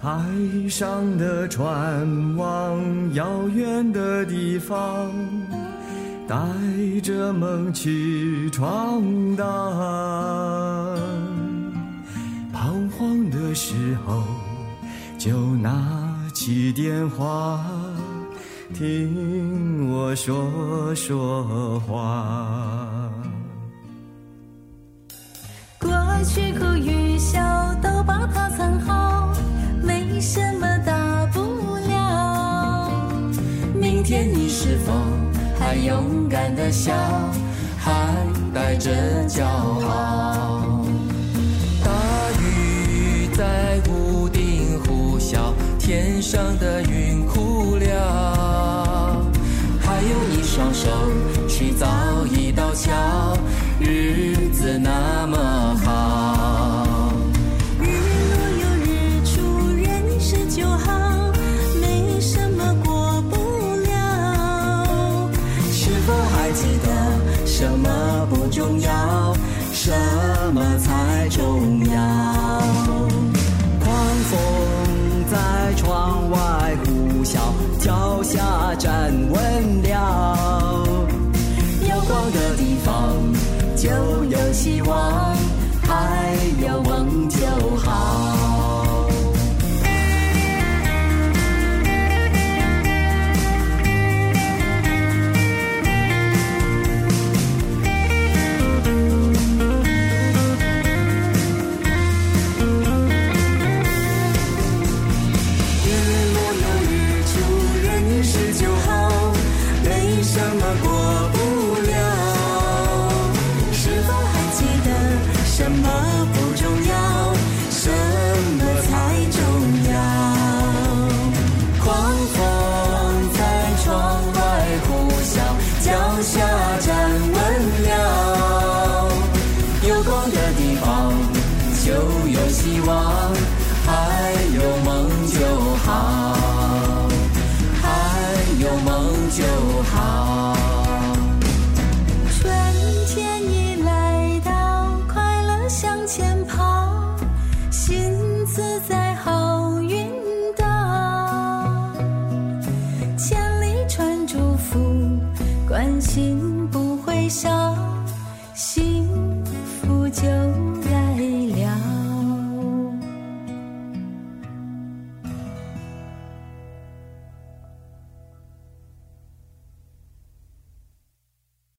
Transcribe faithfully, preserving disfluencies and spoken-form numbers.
海上的船往遥远的地方，带着梦去闯荡。彷徨的时候就拿起电话，听我说说话。 过去苦与笑都把它藏好，没什么大不了。明天你是否还勇敢地笑，还带着骄傲？ 大雨在屋顶呼啸，天上的云哭了，还有一双手去造一道桥，日子那么好。 日落有日出，人生就好，没什么过不了。 是否还记得什么不重要，什么才重要？ 狂风在窗外呼啸，脚下站稳了。 有光的地方就有希望，还有梦就好。 希望还有梦就好，还有梦就好。 春天已来到，快乐向前跑，心自在好运到。千里传祝福，关心不会少。